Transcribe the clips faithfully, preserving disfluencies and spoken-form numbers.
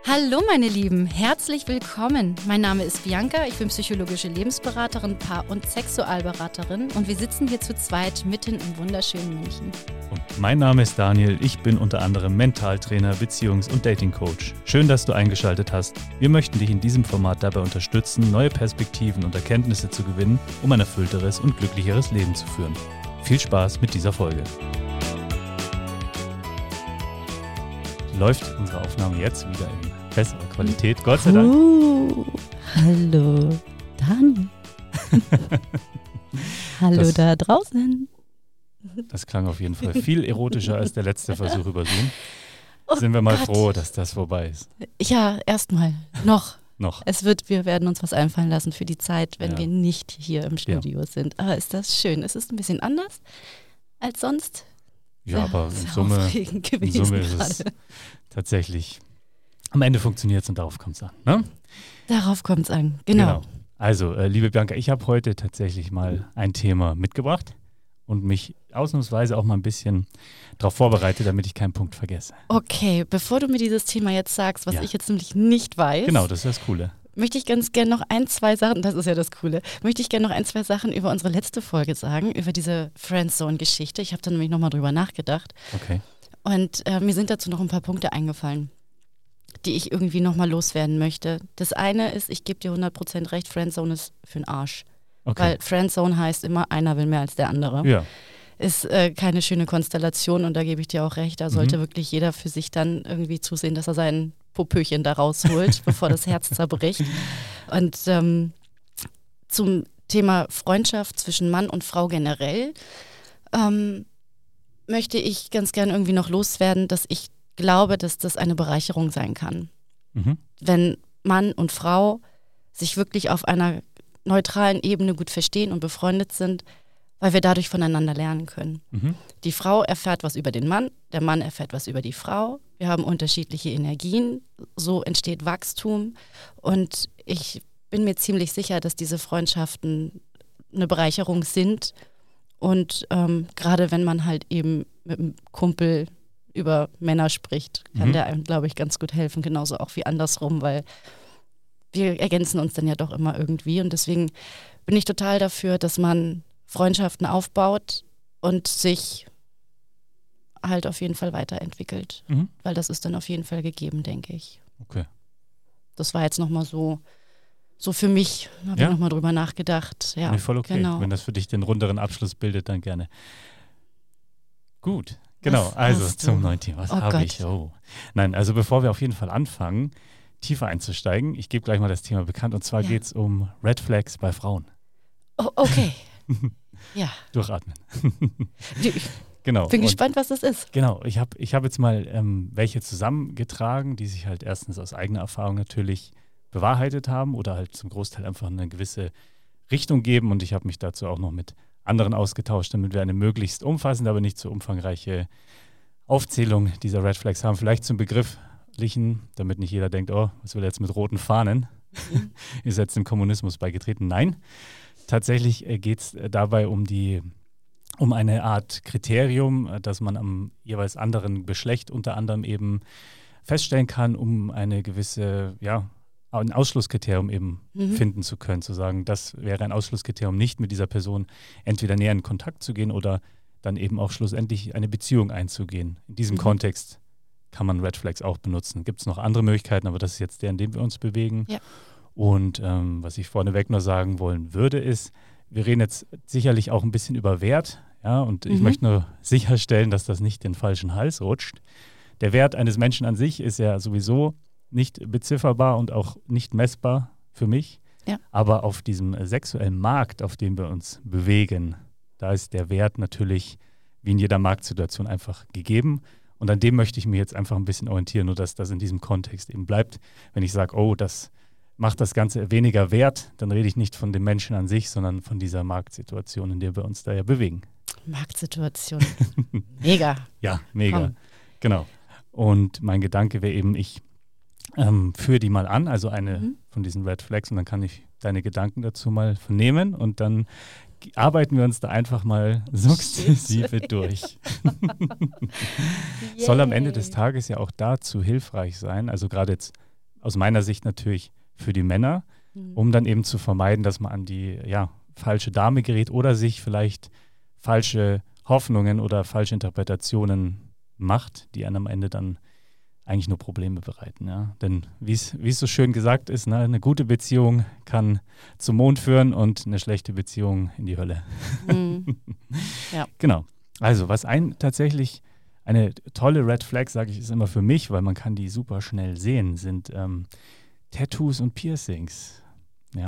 Hallo meine Lieben, herzlich willkommen. Mein Name ist Bianca, ich bin psychologische Lebensberaterin, Paar- und Sexualberaterin und wir sitzen hier zu zweit mitten im wunderschönen München. Und mein Name ist Daniel, ich bin unter anderem Mentaltrainer, Beziehungs- und Datingcoach. Schön, dass du eingeschaltet hast. Wir möchten dich in diesem Format dabei unterstützen, neue Perspektiven und Erkenntnisse zu gewinnen, um ein erfüllteres und glücklicheres Leben zu führen. Viel Spaß mit dieser Folge. Läuft unsere Aufnahme jetzt wieder in besserer Qualität, Gott sei Dank. Uh, hallo Daniel. Hallo das, da draußen. Das klang auf jeden Fall viel erotischer als der letzte Versuch über Zoom. Oh Sind wir mal Gott. froh, dass das vorbei ist. Ja, erstmal noch. Noch. Es wird, wir werden uns was einfallen lassen für die Zeit, wenn Ja. wir nicht hier im Studio Ja. sind. Ah, ist das schön. Es ist ein bisschen anders als sonst. Ja, aber in Sehr Summe, aufregend in gewesen Summe ist es gerade. tatsächlich, am Ende funktioniert es und darauf kommt es an. Ne? Darauf kommt es an. Genau. Also, äh, liebe Bianca, ich habe heute tatsächlich mal ein Thema mitgebracht und mich ausnahmsweise auch mal ein bisschen darauf vorbereitet, damit ich keinen Punkt vergesse. Okay, bevor du mir dieses Thema jetzt sagst, was Ja. ich jetzt nämlich nicht weiß, Genau, das ist das Coole. möchte ich ganz gerne noch ein, zwei Sachen, das ist ja das Coole, möchte ich gerne noch ein, zwei Sachen über unsere letzte Folge sagen, über diese Friendzone-Geschichte. Ich habe da nämlich nochmal drüber nachgedacht Okay. und äh, mir sind dazu noch ein paar Punkte eingefallen, die ich irgendwie nochmal loswerden möchte. Das eine ist, ich gebe dir hundert Prozent recht, Friendzone ist für den Arsch. okay. Weil Friendzone heißt immer, einer will mehr als der andere. Ja, Ist äh, keine schöne Konstellation und da gebe ich dir auch recht. Da sollte Mhm. wirklich jeder für sich dann irgendwie zusehen, dass er sein Popöchen da rausholt, bevor das Herz zerbricht. Und ähm, zum Thema Freundschaft zwischen Mann und Frau generell ähm, möchte ich ganz gern irgendwie noch loswerden, dass ich glaube, dass das eine Bereicherung sein kann. mhm. Wenn Mann und Frau sich wirklich auf einer neutralen Ebene gut verstehen und befreundet sind, weil wir dadurch voneinander lernen können. Mhm. Die Frau erfährt was über den Mann, der Mann erfährt was über die Frau. Wir haben unterschiedliche Energien, so entsteht Wachstum und ich bin mir ziemlich sicher, dass diese Freundschaften eine Bereicherung sind und ähm, gerade wenn man halt eben mit einem Kumpel über Männer spricht, kann Mhm. der einem, glaube ich, ganz gut helfen, genauso auch wie andersrum, weil wir ergänzen uns dann ja doch immer irgendwie und deswegen bin ich total dafür, dass man Freundschaften aufbaut und sich halt auf jeden Fall weiterentwickelt. Mhm. Weil das ist dann auf jeden Fall gegeben, denke ich. Okay. Das war jetzt nochmal so, so für mich, habe Ja. ich nochmal drüber nachgedacht. Ja, Nee, voll okay. genau. Wenn das für dich den runderen Abschluss bildet, dann gerne. Gut, genau. Was Also hast zum du? neuen Thema. Was Oh habe Gott. ich? Oh. Nein, also bevor wir auf jeden Fall anfangen, tiefer einzusteigen, ich gebe gleich mal das Thema bekannt und zwar Ja. geht es um Red Flags bei Frauen. Oh, okay. Ja, Durchatmen. ich Genau. bin Und gespannt, was das ist. Genau, ich habe ich hab jetzt mal ähm, welche zusammengetragen, die sich halt erstens aus eigener Erfahrung natürlich bewahrheitet haben oder halt zum Großteil einfach eine gewisse Richtung geben und ich habe mich dazu auch noch mit anderen ausgetauscht, damit wir eine möglichst umfassende, aber nicht so umfangreiche Aufzählung dieser Red Flags haben. Vielleicht zum Begrifflichen, damit nicht jeder denkt, oh, was will er jetzt mit roten Fahnen? Ist jetzt dem Kommunismus beigetreten? Nein, tatsächlich geht es dabei um die um eine Art Kriterium, äh, das man am jeweils anderen Geschlecht unter anderem eben feststellen kann, um eine gewisse, ja, ein Ausschlusskriterium eben Mhm. finden zu können, zu sagen, das wäre ein Ausschlusskriterium, nicht mit dieser Person entweder näher in Kontakt zu gehen oder dann eben auch schlussendlich eine Beziehung einzugehen. In diesem Mhm. Kontext kann man Red Flags auch benutzen. Gibt es noch andere Möglichkeiten, aber das ist jetzt der, in dem wir uns bewegen. Ja. Und ähm, was ich vorneweg nur sagen wollen würde, ist, wir reden jetzt sicherlich auch ein bisschen über Wert, ja, und ich Mhm. möchte nur sicherstellen, dass das nicht den falschen Hals rutscht. Der Wert eines Menschen an sich ist ja sowieso nicht bezifferbar und auch nicht messbar für mich. Ja. Aber auf diesem äh, sexuellen Markt, auf dem wir uns bewegen, da ist der Wert natürlich wie in jeder Marktsituation einfach gegeben. Und an dem möchte ich mich jetzt einfach ein bisschen orientieren, nur dass das in diesem Kontext eben bleibt. Wenn ich sage, oh, das macht das Ganze weniger wert, dann rede ich nicht von dem Menschen an sich, sondern von dieser Marktsituation, in der wir uns da ja bewegen. Marktsituation. Mega. Ja, mega. Komm. Genau. Und mein Gedanke wäre eben, ich ähm, führe die mal an, also eine Mhm. von diesen Red Flags, und dann kann ich deine Gedanken dazu mal vernehmen und dann g- arbeiten wir uns da einfach mal sukzessive durch. Soll am Ende des Yay. Tages ja auch dazu hilfreich sein, also gerade jetzt aus meiner Sicht natürlich für die Männer, mhm. um dann eben zu vermeiden, dass man an die ja, falsche Dame gerät oder sich vielleicht falsche Hoffnungen oder falsche Interpretationen macht, die einem am Ende dann eigentlich nur Probleme bereiten. Ja? Denn wie es so schön gesagt ist, ne, eine gute Beziehung kann zum Mond führen und eine schlechte Beziehung in die Hölle. Mhm. Ja. Genau. Also was ein tatsächlich eine tolle Red Flag, sage ich, ist immer für mich, weil man kann die super schnell sehen, sind ähm, Tattoos und Piercings. Ja.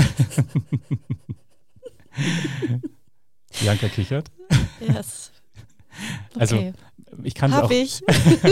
Bianca kichert. Yes. Okay. Also ich kann es hab auch. ich.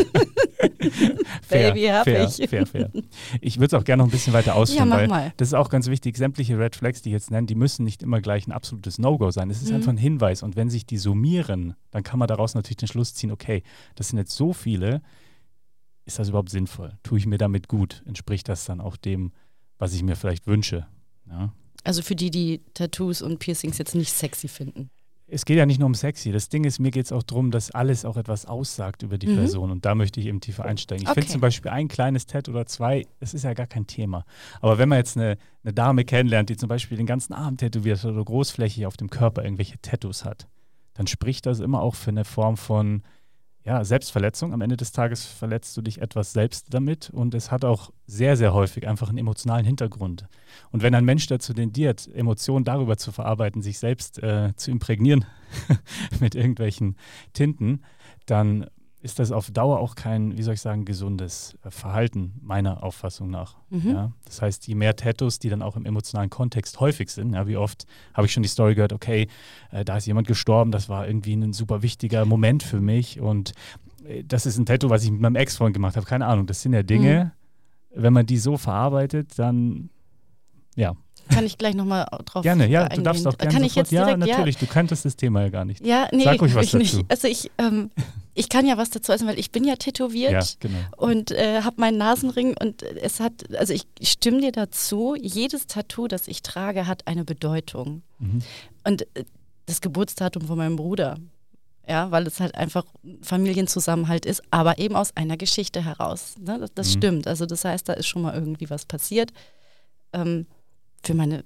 fair, Baby, hab fair, ich. fair, fair. Ich würde es auch gerne noch ein bisschen weiter ausführen, Ja, mach weil mal. das ist auch ganz wichtig. Sämtliche Red Flags, die ich jetzt nenne, die müssen nicht immer gleich ein absolutes No-Go sein. Es ist Mhm. einfach ein Hinweis. Und wenn sich die summieren, dann kann man daraus natürlich den Schluss ziehen, okay, das sind jetzt so viele, ist das überhaupt sinnvoll? Tue ich mir damit gut? Entspricht das dann auch dem, was ich mir vielleicht wünsche? Ja? Also für die, die Tattoos und Piercings jetzt nicht sexy finden. Es geht ja nicht nur um sexy. Das Ding ist, mir geht es auch darum, dass alles auch etwas aussagt über die Mhm. Person. Und da möchte ich eben tiefer einsteigen. Ich Okay. finde zum Beispiel ein kleines Tattoo oder zwei, das ist ja gar kein Thema. Aber wenn man jetzt eine, eine Dame kennenlernt, die zum Beispiel den ganzen Arm tätowiert hat oder großflächig auf dem Körper irgendwelche Tattoos hat, dann spricht das immer auch für eine Form von ja, Selbstverletzung. Am Ende des Tages verletzt du dich etwas selbst damit und es hat auch sehr, sehr häufig einfach einen emotionalen Hintergrund. Und wenn ein Mensch dazu tendiert, Emotionen darüber zu verarbeiten, sich selbst äh, zu imprägnieren mit irgendwelchen Tinten, dann ist das auf Dauer auch kein, wie soll ich sagen, gesundes äh, Verhalten, meiner Auffassung nach. Mhm. Ja? Das heißt, je mehr Tattoos, die dann auch im emotionalen Kontext häufig sind, ja, wie oft habe ich schon die Story gehört, okay, äh, da ist jemand gestorben, das war irgendwie ein super wichtiger Moment für mich und äh, das ist ein Tattoo, was ich mit meinem Ex-Freund gemacht habe, keine Ahnung, das sind ja Dinge, mhm. wenn man die so verarbeitet, dann, ja. Kann ich gleich nochmal drauf Gerne, ja, eingehen. du darfst auch gerne Kann sofort. ich jetzt Ja, direkt, natürlich, ja. Du kanntest das Thema ja gar nicht. Ja, nee, Sag ruhig was ich nicht. dazu. Also ich, ähm, ich kann ja was dazu essen, weil ich bin ja tätowiert Ja, genau. und äh, habe meinen Nasenring und es hat, also ich stimme dir dazu, jedes Tattoo, das ich trage, hat eine Bedeutung. Mhm. Und äh, das Geburtsdatum von meinem Bruder, ja, weil es halt einfach Familienzusammenhalt ist, aber eben aus einer Geschichte heraus. Ne? Das, das Mhm. stimmt, also das heißt, da ist schon mal irgendwie was passiert. Ähm, für meine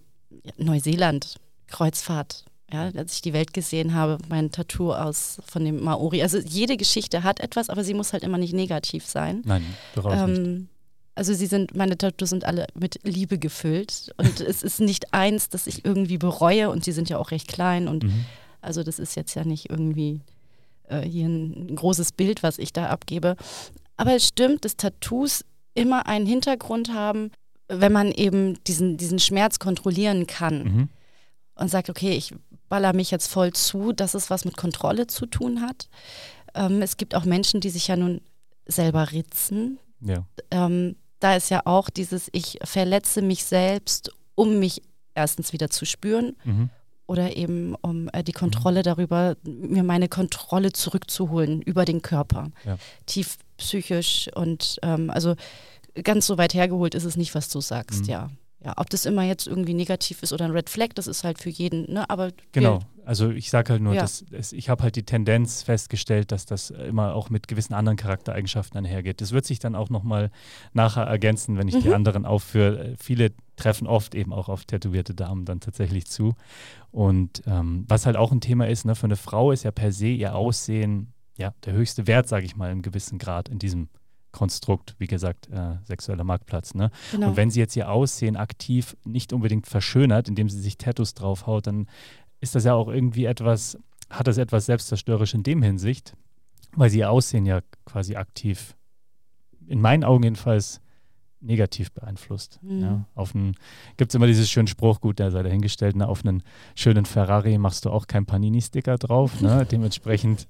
Neuseeland-Kreuzfahrt, ja, als ich die Welt gesehen habe, mein Tattoo aus von dem Maori. Also jede Geschichte hat etwas, aber sie muss halt immer nicht negativ sein. Nein, durchaus Ähm, nicht. also sie sind, meine Tattoos sind alle mit Liebe gefüllt und es ist nicht eins, das ich irgendwie bereue und die sind ja auch recht klein und Mhm. also das ist jetzt ja nicht irgendwie äh, hier ein, ein großes Bild, was ich da abgebe. Aber es stimmt, dass Tattoos immer einen Hintergrund haben, wenn man eben diesen, diesen Schmerz kontrollieren kann Mhm. und sagt, okay, ich baller mich jetzt voll zu, dass es was mit Kontrolle zu tun hat. Ähm, es gibt auch Menschen, die sich ja nun selber ritzen. Ja. Ähm, da ist ja auch dieses, ich verletze mich selbst, um mich erstens wieder zu spüren Mhm. oder eben um äh, die Kontrolle darüber, mir meine Kontrolle zurückzuholen über den Körper. Ja. Tief psychisch und ähm, also ganz so weit hergeholt ist es nicht, was du sagst, Mhm. ja. Ja, ob das immer jetzt irgendwie negativ ist oder ein Red Flag, das ist halt für jeden, ne, aber Genau, wir, also ich sage halt nur, Ja. dass es, ich habe halt die Tendenz festgestellt, dass das immer auch mit gewissen anderen Charaktereigenschaften einhergeht. Das wird sich dann auch nochmal nachher ergänzen, wenn ich die Mhm. anderen aufführe. Viele treffen oft eben auch auf tätowierte Damen dann tatsächlich zu. Und ähm, was halt auch ein Thema ist, ne, für eine Frau ist ja per se ihr Aussehen ja der höchste Wert, sage ich mal, im gewissen Grad in diesem Konstrukt, wie gesagt, äh, sexueller Marktplatz. Ne? genau. Und wenn sie jetzt ihr Aussehen aktiv nicht unbedingt verschönert, indem sie sich Tattoos draufhaut, dann ist das ja auch irgendwie etwas, hat das etwas selbstzerstörerisch in dem Hinsicht, weil sie ihr Aussehen ja quasi aktiv, in meinen Augen jedenfalls, negativ beeinflusst. Mhm. Ja? Auf einen, gibt es immer dieses schönen Spruch, gut, der sei dahingestellt, ne? Auf einen schönen Ferrari machst du auch keinen Panini-Sticker drauf, ne? Dementsprechend,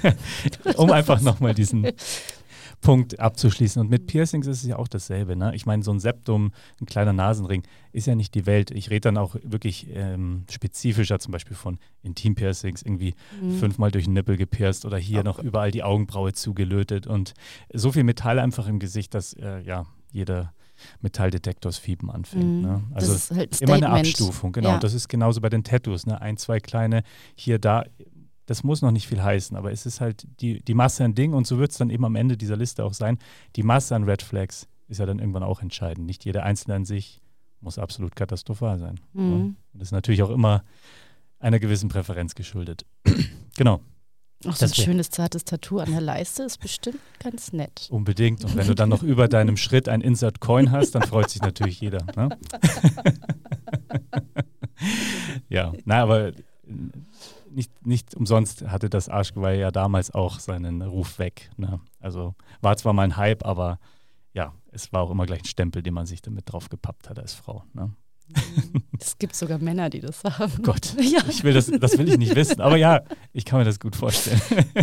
um einfach nochmal diesen Punkt abzuschließen. Und mit Piercings ist es ja auch dasselbe. Ne? Ich meine, so ein Septum, ein kleiner Nasenring, ist ja nicht die Welt. Ich rede dann auch wirklich ähm, spezifischer, zum Beispiel von Intim-Piercings, irgendwie Mhm. fünfmal durch den Nippel gepierst oder hier Oh. noch überall die Augenbraue zugelötet und so viel Metall einfach im Gesicht, dass äh, ja jeder Metalldetektor das Fiepen anfängt. Mhm. Ne? Das Also ist halt ein immer eine Statement. Abstufung, genau. Ja. Und das ist genauso bei den Tattoos. Ne? Ein, zwei kleine, hier, da. Das muss noch nicht viel heißen, aber es ist halt die, die Masse an Dingen und so wird es dann eben am Ende dieser Liste auch sein. Die Masse an Red Flags ist ja dann irgendwann auch entscheidend. Nicht jeder Einzelne an sich muss absolut katastrophal sein. Mhm. Ja? Und das ist natürlich auch immer einer gewissen Präferenz geschuldet. Genau. Auch so ein schönes, zartes Tattoo an der Leiste ist bestimmt ganz nett. Unbedingt. Und wenn du dann noch über deinem Schritt ein Insert Coin hast, dann freut sich natürlich jeder. Ne? Ja, na, aber nicht, nicht umsonst hatte das Arschgeweih ja damals auch seinen Ruf weg. Ne? Also war zwar mal ein Hype, aber ja, es war auch immer gleich ein Stempel, den man sich damit drauf gepappt hat als Frau. Ne? Es gibt sogar Männer, die das haben. Oh Gott, ja. ich will das, das will ich nicht wissen. Aber ja, ich kann mir das gut vorstellen.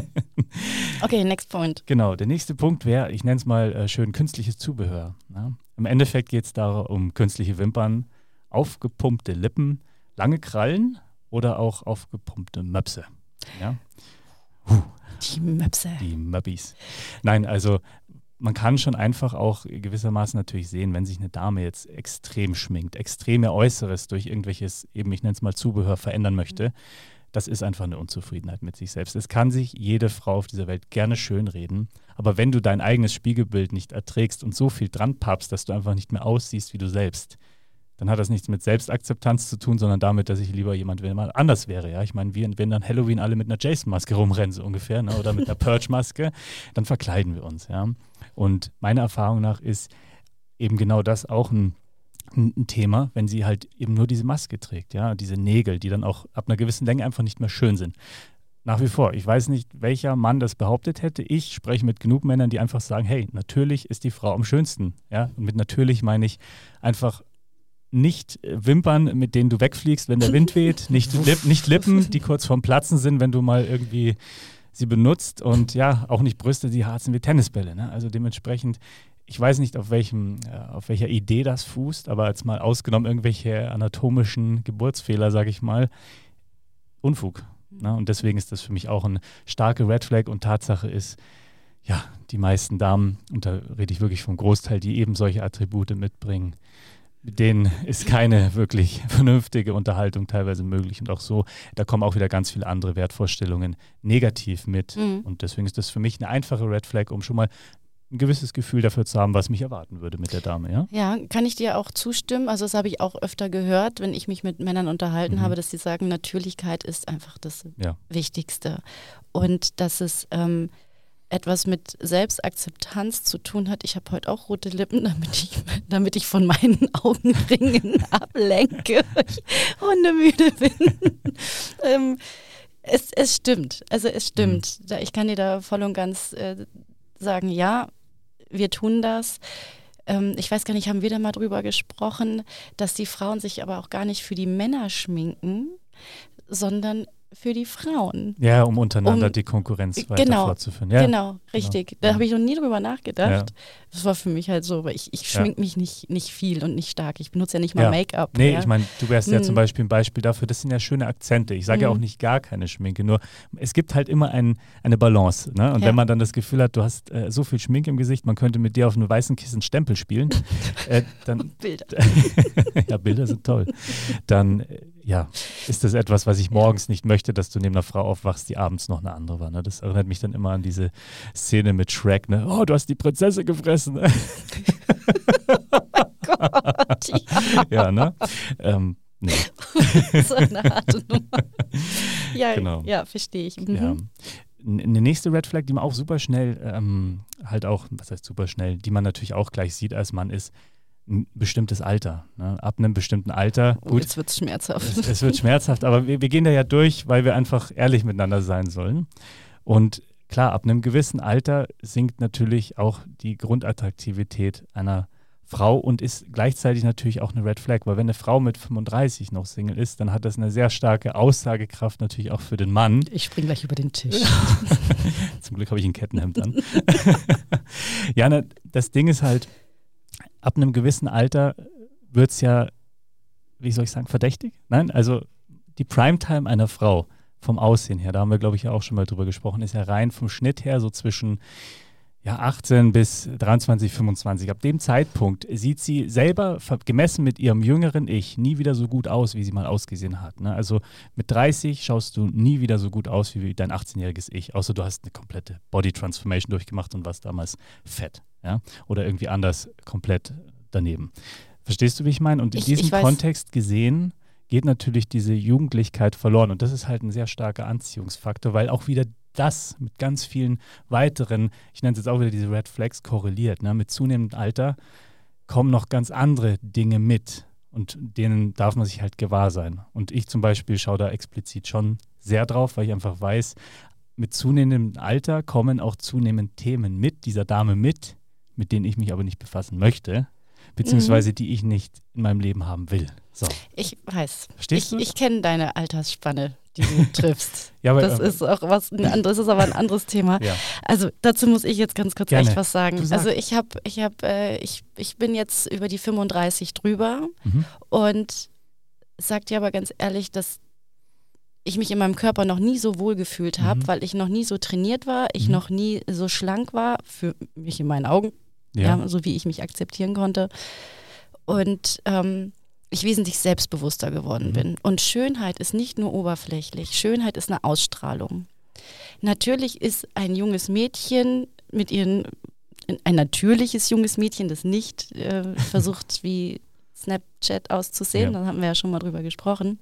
Okay, next point. Genau, der nächste Punkt wäre, ich nenne es mal äh, schön künstliches Zubehör. Ne? Im Endeffekt geht es da um künstliche Wimpern, aufgepumpte Lippen, lange Krallen oder auch aufgepumpte Möpse. Ja? Huh. Die Möpse. Die Möppis. Nein, also man kann schon einfach auch gewissermaßen natürlich sehen, wenn sich eine Dame jetzt extrem schminkt, extrem ihr Äußeres durch irgendwelches, eben ich nenne es mal Zubehör, verändern möchte, das ist einfach eine Unzufriedenheit mit sich selbst. Es kann sich jede Frau auf dieser Welt gerne schönreden, aber wenn du dein eigenes Spiegelbild nicht erträgst und so viel dran pappst, dass du einfach nicht mehr aussiehst wie du selbst, dann hat das nichts mit Selbstakzeptanz zu tun, sondern damit, dass ich lieber jemand will, mal anders wäre. Ja? Ich meine, wir, wenn dann Halloween alle mit einer Jason-Maske rumrennen, so ungefähr, ne? Oder mit einer Purge-Maske, dann verkleiden wir uns. Ja? Und meiner Erfahrung nach ist eben genau das auch ein, ein Thema, wenn sie halt eben nur diese Maske trägt, ja, diese Nägel, die dann auch ab einer gewissen Länge einfach nicht mehr schön sind. Nach wie vor, ich weiß nicht, welcher Mann das behauptet hätte. Ich spreche mit genug Männern, die einfach sagen, hey, natürlich ist die Frau am schönsten. Ja? Und mit natürlich meine ich einfach nicht Wimpern, mit denen du wegfliegst, wenn der Wind weht, nicht, Lip, nicht Lippen, die kurz vorm Platzen sind, wenn du mal irgendwie sie benutzt und ja, auch nicht Brüste, die harzen wie Tennisbälle. Ne? Also dementsprechend, ich weiß nicht, auf, welchem, äh, auf welcher Idee das fußt, aber jetzt mal ausgenommen irgendwelche anatomischen Geburtsfehler, sage ich mal, Unfug. Ne? Und deswegen ist das für mich auch eine starke Red Flag und Tatsache ist, ja, die meisten Damen, und da rede ich wirklich vom Großteil, die eben solche Attribute mitbringen, mit denen ist keine wirklich vernünftige Unterhaltung teilweise möglich. Und auch so, da kommen auch wieder ganz viele andere Wertvorstellungen negativ mit. Mhm. Und deswegen ist das für mich eine einfache Red Flag, um schon mal ein gewisses Gefühl dafür zu haben, was mich erwarten würde mit der Dame. Ja, ja, kann ich dir auch zustimmen. Also das habe ich auch öfter gehört, wenn ich mich mit Männern unterhalten mhm. habe, dass sie sagen, Natürlichkeit ist einfach das ja. Wichtigste. Und dass es ähm, etwas mit Selbstakzeptanz zu tun hat. Ich habe heute auch rote Lippen, damit ich, damit ich von meinen Augenringen ablenke, weil ich hundemüde bin. ähm, es, es stimmt, also es stimmt. Mhm. Ich kann dir da voll und ganz äh, sagen, ja, wir tun das. Ähm, ich weiß gar nicht, haben wir da mal drüber gesprochen, dass die Frauen sich aber auch gar nicht für die Männer schminken, sondern für die Frauen. Ja, um untereinander um, die Konkurrenz weiter genau, fortzuführen. Ja, genau, richtig. Genau. Da habe ich noch nie drüber nachgedacht. Ja. Das war für mich halt so, weil ich, ich schmink ja. mich nicht, nicht viel und nicht stark. Ich benutze ja nicht mal ja. Make-up. Nee, ja. ich meine, du wärst hm. ja zum Beispiel ein Beispiel dafür, das sind ja schöne Akzente. Ich sage hm. ja auch nicht gar keine Schminke, nur es gibt halt immer ein, eine Balance. Ne? Und ja. wenn man dann das Gefühl hat, du hast äh, so viel Schminke im Gesicht, man könnte mit dir auf einem weißen Kissen Stempel spielen, äh, dann Bilder. Ja, Bilder sind toll. Dann äh, ja, ist das etwas, was ich morgens nicht möchte, dass du neben einer Frau aufwachst, die abends noch eine andere war. Ne? Das erinnert mich dann immer an diese Szene mit Shrek. Ne? Oh, du hast die Prinzessin gefressen. Ne? Oh Gott, ja. Ja, ne? Ähm, nee. So eine harte Nummer. Ja, genau. Ja, verstehe ich. Mhm. Ja. Eine nächste Red Flag, die man auch super schnell, ähm, halt auch, was heißt super schnell, die man natürlich auch gleich sieht als Mann, ist ein bestimmtes Alter. Ne? Ab einem bestimmten Alter. Oh, gut, jetzt wird es schmerzhaft. Es, es wird schmerzhaft, aber wir, wir gehen da ja durch, weil wir einfach ehrlich miteinander sein sollen. Und klar, ab einem gewissen Alter sinkt natürlich auch die Grundattraktivität einer Frau und ist gleichzeitig natürlich auch eine Red Flag, weil wenn eine Frau mit fünfunddreißig noch Single ist, dann hat das eine sehr starke Aussagekraft natürlich auch für den Mann. Ich spring gleich über den Tisch. Zum Glück habe ich ein Kettenhemd an. Ja, ne, das Ding ist halt, ab einem gewissen Alter wird es ja, wie soll ich sagen, verdächtig? Nein, also die Primetime einer Frau vom Aussehen her, da haben wir, glaube ich, ja auch schon mal drüber gesprochen, ist ja rein vom Schnitt her so zwischen ja, achtzehn bis dreiundzwanzig, fünfundzwanzig. Ab dem Zeitpunkt sieht sie selber, gemessen mit ihrem jüngeren Ich, nie wieder so gut aus, wie sie mal ausgesehen hat. Ne? Also mit dreißig schaust du nie wieder so gut aus wie dein achtzehnjähriges Ich, außer du hast eine komplette Body Transformation durchgemacht und warst damals fett. Ja? Oder irgendwie anders komplett daneben. Verstehst du, wie ich meine? Und in Ich- diesem ich weiß- Kontext gesehen geht natürlich diese Jugendlichkeit verloren. Und das ist halt ein sehr starker Anziehungsfaktor, weil auch wieder das mit ganz vielen weiteren, ich nenne es jetzt auch wieder diese Red Flags, korreliert. Ne? Mit zunehmendem Alter kommen noch ganz andere Dinge mit und denen darf man sich halt gewahr sein. Und ich zum Beispiel schaue da explizit schon sehr drauf, weil ich einfach weiß, mit zunehmendem Alter kommen auch zunehmend Themen mit dieser Dame mit, mit denen ich mich aber nicht befassen möchte, beziehungsweise die ich nicht in meinem Leben haben will. So. Ich weiß. Verstehst ich, du? Ich kenne deine Altersspanne, die du triffst. Ja, aber, das ähm, ist auch was ein anderes, ist aber ein anderes Thema. Ja. Also dazu muss ich jetzt ganz kurz Gerne. echt was sagen. Du sag. Also ich habe, ich habe, äh, ich, ich bin jetzt über die fünfunddreißig drüber Mhm. und sag dir aber ganz ehrlich, dass ich mich in meinem Körper noch nie so wohl gefühlt habe, Mhm. weil ich noch nie so trainiert war, ich Mhm. noch nie so schlank war, für mich in meinen Augen, Ja. ja, so wie ich mich akzeptieren konnte. Und ähm, ich wesentlich selbstbewusster geworden Mhm. bin. Und Schönheit ist nicht nur oberflächlich, Schönheit ist eine Ausstrahlung. Natürlich ist ein junges Mädchen mit ihren, ein natürliches junges Mädchen, das nicht äh, versucht, wie Snapchat auszusehen, Ja. da haben wir ja schon mal drüber gesprochen.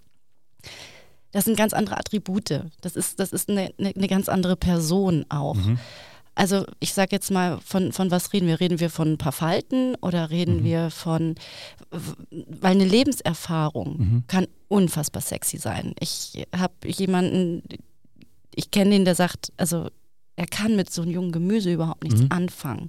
Das sind ganz andere Attribute. Das ist, das ist eine, eine, eine ganz andere Person auch. Mhm. Also ich sage jetzt mal, von, von was reden wir? Reden wir von ein paar Falten oder reden Mhm. wir von, weil eine Lebenserfahrung Mhm. kann unfassbar sexy sein. Ich habe jemanden, ich kenne den, der sagt, also er kann mit so einem jungen Gemüse überhaupt nichts Mhm. anfangen.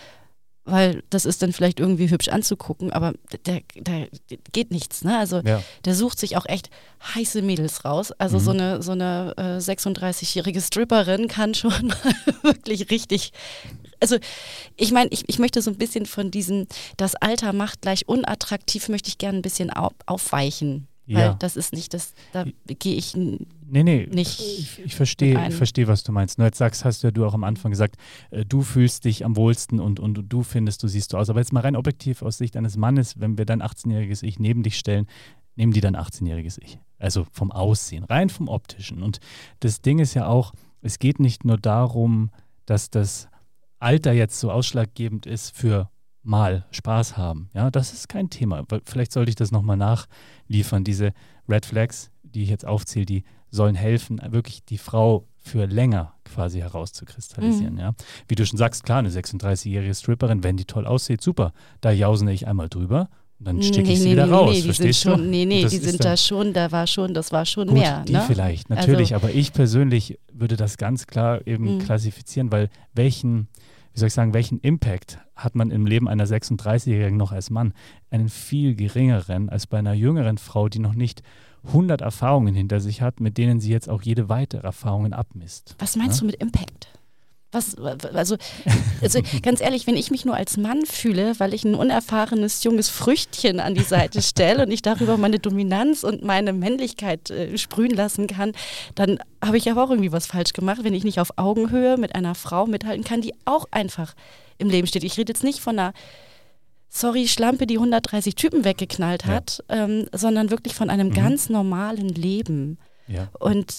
Weil das ist dann vielleicht irgendwie hübsch anzugucken, aber der, der, der geht nichts. Ne? Also Ja. der sucht sich auch echt heiße Mädels raus. Also Mhm. so eine, so eine äh, sechsunddreißigjährige Stripperin kann schon wirklich richtig. Also ich meine, ich, ich möchte so ein bisschen von diesem, das Alter macht gleich unattraktiv, möchte ich gerne ein bisschen au aufweichen. Weil Ja. das ist nicht das, da gehe ich n- Nee, nee, nicht ich, ich verstehe, mit ein. ich verstehe, was du meinst. Nur jetzt sagst, hast du ja du auch am Anfang gesagt, äh, du fühlst dich am wohlsten und, und du findest, du siehst so aus. Aber jetzt mal rein objektiv aus Sicht eines Mannes, wenn wir dein achtzehnjähriges Ich neben dich stellen, nehmen die dein achtzehnjähriges Ich. Also vom Aussehen, rein vom Optischen. Und das Ding ist ja auch, es geht nicht nur darum, dass das Alter jetzt so ausschlaggebend ist für mal Spaß haben. Ja, das ist kein Thema. Weil vielleicht sollte ich das nochmal nachliefern. Diese Red Flags, die ich jetzt aufzähle, die sollen helfen, wirklich die Frau für länger quasi herauszukristallisieren. Mhm. Ja. Wie du schon sagst, klar, eine sechsunddreißigjährige Stripperin, wenn die toll aussieht, super. Da jausne ich einmal drüber und dann stecke ich sie wieder raus. Nee, die sind Verstehst schon, du? nee, Und nee, das die ist sind dann- da schon, da war schon, das war schon Gut, mehr. die Ne? vielleicht, natürlich, Also- aber ich persönlich würde das ganz klar eben Mhm. klassifizieren, weil welchen, wie soll ich sagen, welchen Impact hat man im Leben einer sechsunddreißigjährigen noch als Mann? Einen viel geringeren als bei einer jüngeren Frau, die noch nicht hundert Erfahrungen hinter sich hat, mit denen sie jetzt auch jede weitere Erfahrungen abmisst. Was meinst Ja? du mit Impact? Was, also, also ganz ehrlich, wenn ich mich nur als Mann fühle, weil ich ein unerfahrenes junges Früchtchen an die Seite stelle und ich darüber meine Dominanz und meine Männlichkeit äh, sprühen lassen kann, dann habe ich aber auch irgendwie was falsch gemacht, wenn ich nicht auf Augenhöhe mit einer Frau mithalten kann, die auch einfach im Leben steht. Ich rede jetzt nicht von einer, sorry, Schlampe, die hundertdreißig Typen weggeknallt Ja. hat, ähm, sondern wirklich von einem Mhm. ganz normalen Leben. Ja. Und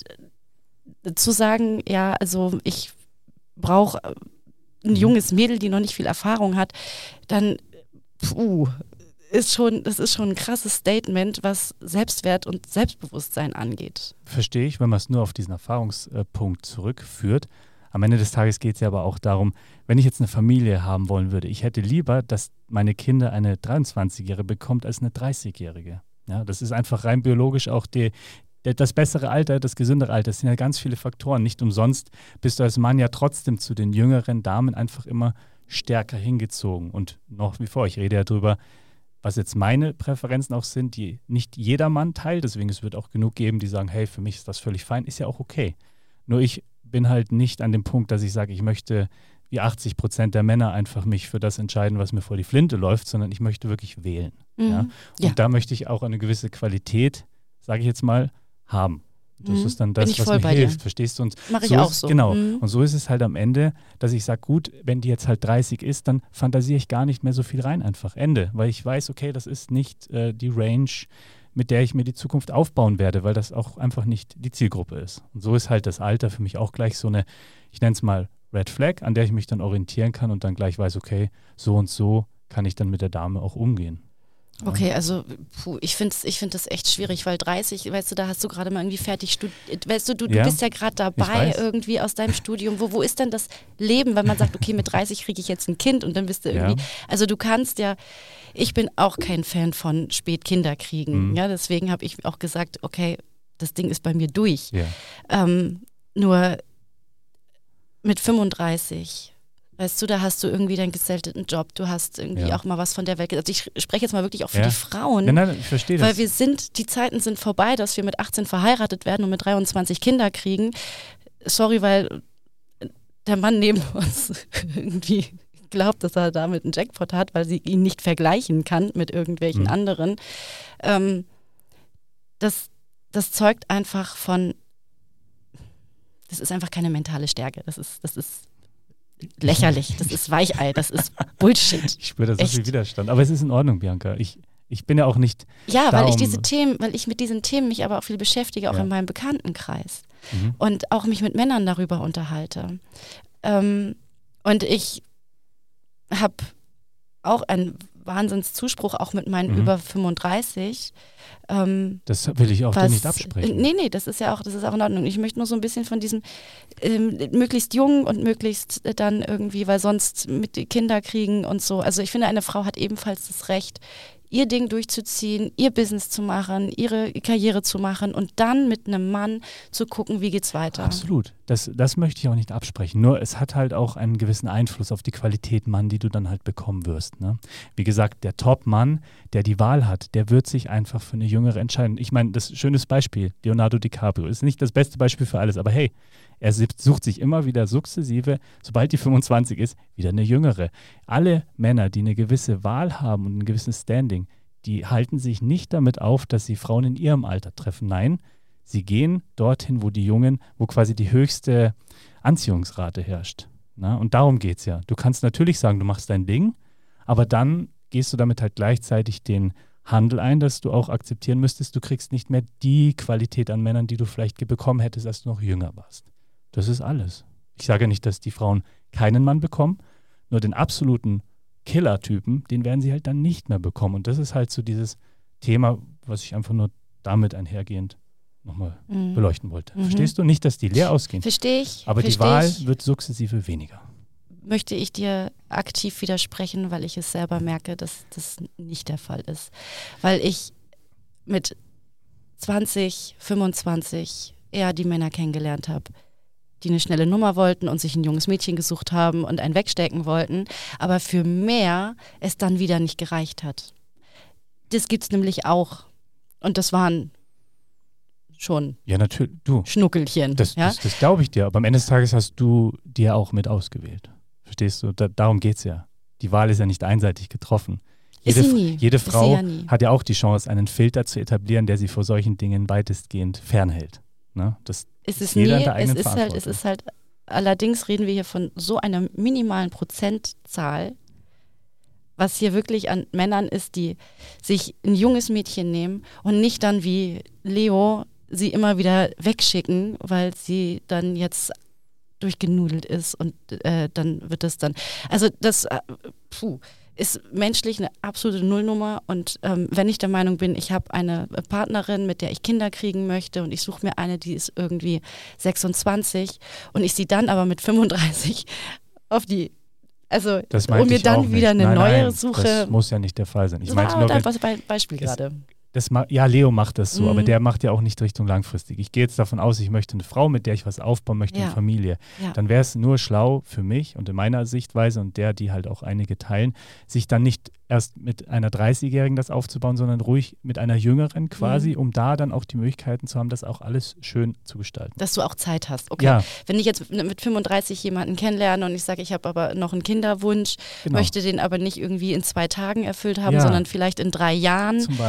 zu sagen, ja, also ich brauche ein Mhm. junges Mädel, die noch nicht viel Erfahrung hat, dann puh, ist schon, das ist schon ein krasses Statement, was Selbstwert und Selbstbewusstsein angeht. Verstehe ich, wenn man es nur auf diesen Erfahrungspunkt zurückführt. Am Ende des Tages geht es ja aber auch darum, wenn ich jetzt eine Familie haben wollen würde, ich hätte lieber, dass meine Kinder eine dreiundzwanzigjährige bekommt als eine dreißigjährige. Ja, das ist einfach rein biologisch auch die, der, das bessere Alter, das gesündere Alter. Das sind ja ganz viele Faktoren. Nicht umsonst bist du als Mann ja trotzdem zu den jüngeren Damen einfach immer stärker hingezogen. Und noch wie vor, ich rede ja drüber, was jetzt meine Präferenzen auch sind, die nicht jeder Mann teilt. Deswegen es wird auch genug geben, die sagen, hey, für mich ist das völlig fein, ist ja auch okay. Nur ich bin halt nicht an dem Punkt, dass ich sage, ich möchte wie achtzig Prozent der Männer einfach mich für das entscheiden, was mir vor die Flinte läuft, sondern ich möchte wirklich wählen. Mhm. Ja? Und Ja. da möchte ich auch eine gewisse Qualität, sage ich jetzt mal, haben. Das mhm. ist dann das, Bin ich was voll mir bei hilft, dir. verstehst du? Und Mach ich so auch ist, so. Genau. Mhm. Und so ist es halt am Ende, dass ich sage, gut, wenn die jetzt halt dreißig ist, dann fantasiere ich gar nicht mehr so viel rein einfach. Ende. Weil ich weiß, okay, das ist nicht äh, die Range, mit der ich mir die Zukunft aufbauen werde, weil das auch einfach nicht die Zielgruppe ist. Und so ist halt das Alter für mich auch gleich so eine, ich nenne es mal Red Flag, an der ich mich dann orientieren kann und dann gleich weiß, okay, so und so kann ich dann mit der Dame auch umgehen. Ja. Okay, also puh, ich finde ich find das echt schwierig, weil dreißig, weißt du, da hast du gerade mal irgendwie fertig studiert, weißt du, du, Ja, du bist ja gerade dabei irgendwie aus deinem Studium, wo, wo ist denn das Leben, wenn man sagt, okay, mit dreißig kriege ich jetzt ein Kind und dann bist du irgendwie, Ja. also du kannst ja, ich bin auch kein Fan von Spätkinder kriegen, Mhm. ja, deswegen habe ich auch gesagt, okay, das Ding ist bei mir durch. Ja. Ähm, nur mit fünfunddreißig, weißt du, da hast du irgendwie deinen geselteten Job, du hast irgendwie Ja. auch mal was von der Welt. Also ich spreche jetzt mal wirklich auch für Ja. die Frauen, Nein, nein, ich verstehe das. weil wir sind, die Zeiten sind vorbei, dass wir mit achtzehn verheiratet werden und mit dreiundzwanzig Kinder kriegen. Sorry, weil der Mann neben uns irgendwie glaubt, dass er damit einen Jackpot hat, weil sie ihn nicht vergleichen kann mit irgendwelchen Mhm. anderen. Ähm, das, das zeugt einfach von, das ist einfach keine mentale Stärke. Das ist, das ist lächerlich, das ist Weichei, das ist Bullshit. Ich spüre da so Echt. viel Widerstand. Aber es ist in Ordnung, Bianca. Ich, ich bin ja auch nicht. Ja, da, weil ich um- diese Themen, weil ich mit diesen Themen mich aber auch viel beschäftige, auch Ja. in meinem Bekanntenkreis. Mhm. Und auch mich mit Männern darüber unterhalte. Ähm, und ich habe auch einen Wahnsinnszuspruch, auch mit meinen Mhm. über fünfunddreißig. Ähm, Das will ich auch dir was- nicht absprechen. Nee, nee, das ist ja auch, das ist auch in Ordnung. Ich möchte nur so ein bisschen von diesem ähm, möglichst jung und möglichst äh, dann irgendwie, weil sonst mit die Kinder kriegen und so. Also ich finde, eine Frau hat ebenfalls das Recht, ihr Ding durchzuziehen, ihr Business zu machen, ihre Karriere zu machen und dann mit einem Mann zu gucken, wie geht's weiter. Absolut. Das, das möchte ich auch nicht absprechen. Nur es hat halt auch einen gewissen Einfluss auf die Qualität Mann, die du dann halt bekommen wirst. Ne? Wie gesagt, der Top-Mann, der die Wahl hat, der wird sich einfach für eine Jüngere entscheiden. Ich meine, das schönes Beispiel, Leonardo DiCaprio, ist nicht das beste Beispiel für alles, aber hey, er sucht sich immer wieder sukzessive, sobald die fünfundzwanzig ist, wieder eine Jüngere. Alle Männer, die eine gewisse Wahl haben und ein gewisses Standing, die halten sich nicht damit auf, dass sie Frauen in ihrem Alter treffen. Nein, sie gehen dorthin, wo die Jungen, wo quasi die höchste Anziehungsrate herrscht. Na? Und darum geht es ja. Du kannst natürlich sagen, du machst dein Ding, aber dann gehst du damit halt gleichzeitig den Handel ein, dass du auch akzeptieren müsstest, du kriegst nicht mehr die Qualität an Männern, die du vielleicht bekommen hättest, als du noch jünger warst. Das ist alles. Ich sage nicht, dass die Frauen keinen Mann bekommen, nur den absoluten Killer-Typen, den werden sie halt dann nicht mehr bekommen. Und das ist halt so dieses Thema, was ich einfach nur damit einhergehend nochmal Mhm. beleuchten wollte. Mhm. Verstehst du? Nicht, dass die leer ausgehen, Verstehe ich. aber die versteh Wahl ich. wird sukzessive weniger. Möchte ich dir aktiv widersprechen, weil ich es selber merke, dass das nicht der Fall ist. Weil ich mit zwanzig, fünfundzwanzig eher die Männer kennengelernt habe, die eine schnelle Nummer wollten und sich ein junges Mädchen gesucht haben und einen wegstecken wollten, aber für mehr es dann wieder nicht gereicht hat. Das gibt es nämlich auch. Und das waren schon Ja, natürlich. Du, Schnuckelchen. das, ja? das, das glaube ich dir. Aber am Ende des Tages hast du dir auch mit ausgewählt. Verstehst du? Da, darum geht es ja. Die Wahl ist ja nicht einseitig getroffen. Ist Jede, sie nie. jede Ist sie Frau ja nie. hat ja auch die Chance, einen Filter zu etablieren, der sie vor solchen Dingen weitestgehend fernhält. Ne? Das Es ist jeder nie, in der es eigenen ist halt, es Verantwortung. ist halt, allerdings reden wir hier von so einer minimalen Prozentzahl, was hier wirklich an Männern ist, die sich ein junges Mädchen nehmen und nicht dann wie Leo sie immer wieder wegschicken, weil sie dann jetzt durchgenudelt ist und äh, dann wird das dann, also das äh, puh, ist menschlich eine absolute Nullnummer und ähm, wenn ich der Meinung bin, ich habe eine Partnerin, mit der ich Kinder kriegen möchte und ich suche mir eine, die ist irgendwie sechsundzwanzig und ich sie dann aber mit fünfunddreißig auf die, also Das und meinte mir ich auch dann nicht. wieder eine nein, neue nein, Suche. Das muss ja nicht der Fall sein. Ich Das meinte war nur, wenn, das Be Beispiel es- gerade. das ma- ja, Leo macht das so, Mhm. aber der macht ja auch nicht Richtung langfristig. Ich gehe jetzt davon aus, ich möchte eine Frau, mit der ich was aufbauen möchte, Ja. eine Familie. Ja. Dann wäre es nur schlau für mich und in meiner Sichtweise und der, die halt auch einige teilen, sich dann nicht erst mit einer dreißigjährigen das aufzubauen, sondern ruhig mit einer jüngeren quasi, Mhm. um da dann auch die Möglichkeiten zu haben, das auch alles schön zu gestalten. Dass du auch Zeit hast. Okay. Ja, Wenn ich jetzt mit fünfunddreißig jemanden kennenlerne und ich sage, ich habe aber noch einen Kinderwunsch, genau. möchte den aber nicht irgendwie in zwei Tagen erfüllt haben, Ja. sondern vielleicht in drei Jahren, Zum Beispiel. dann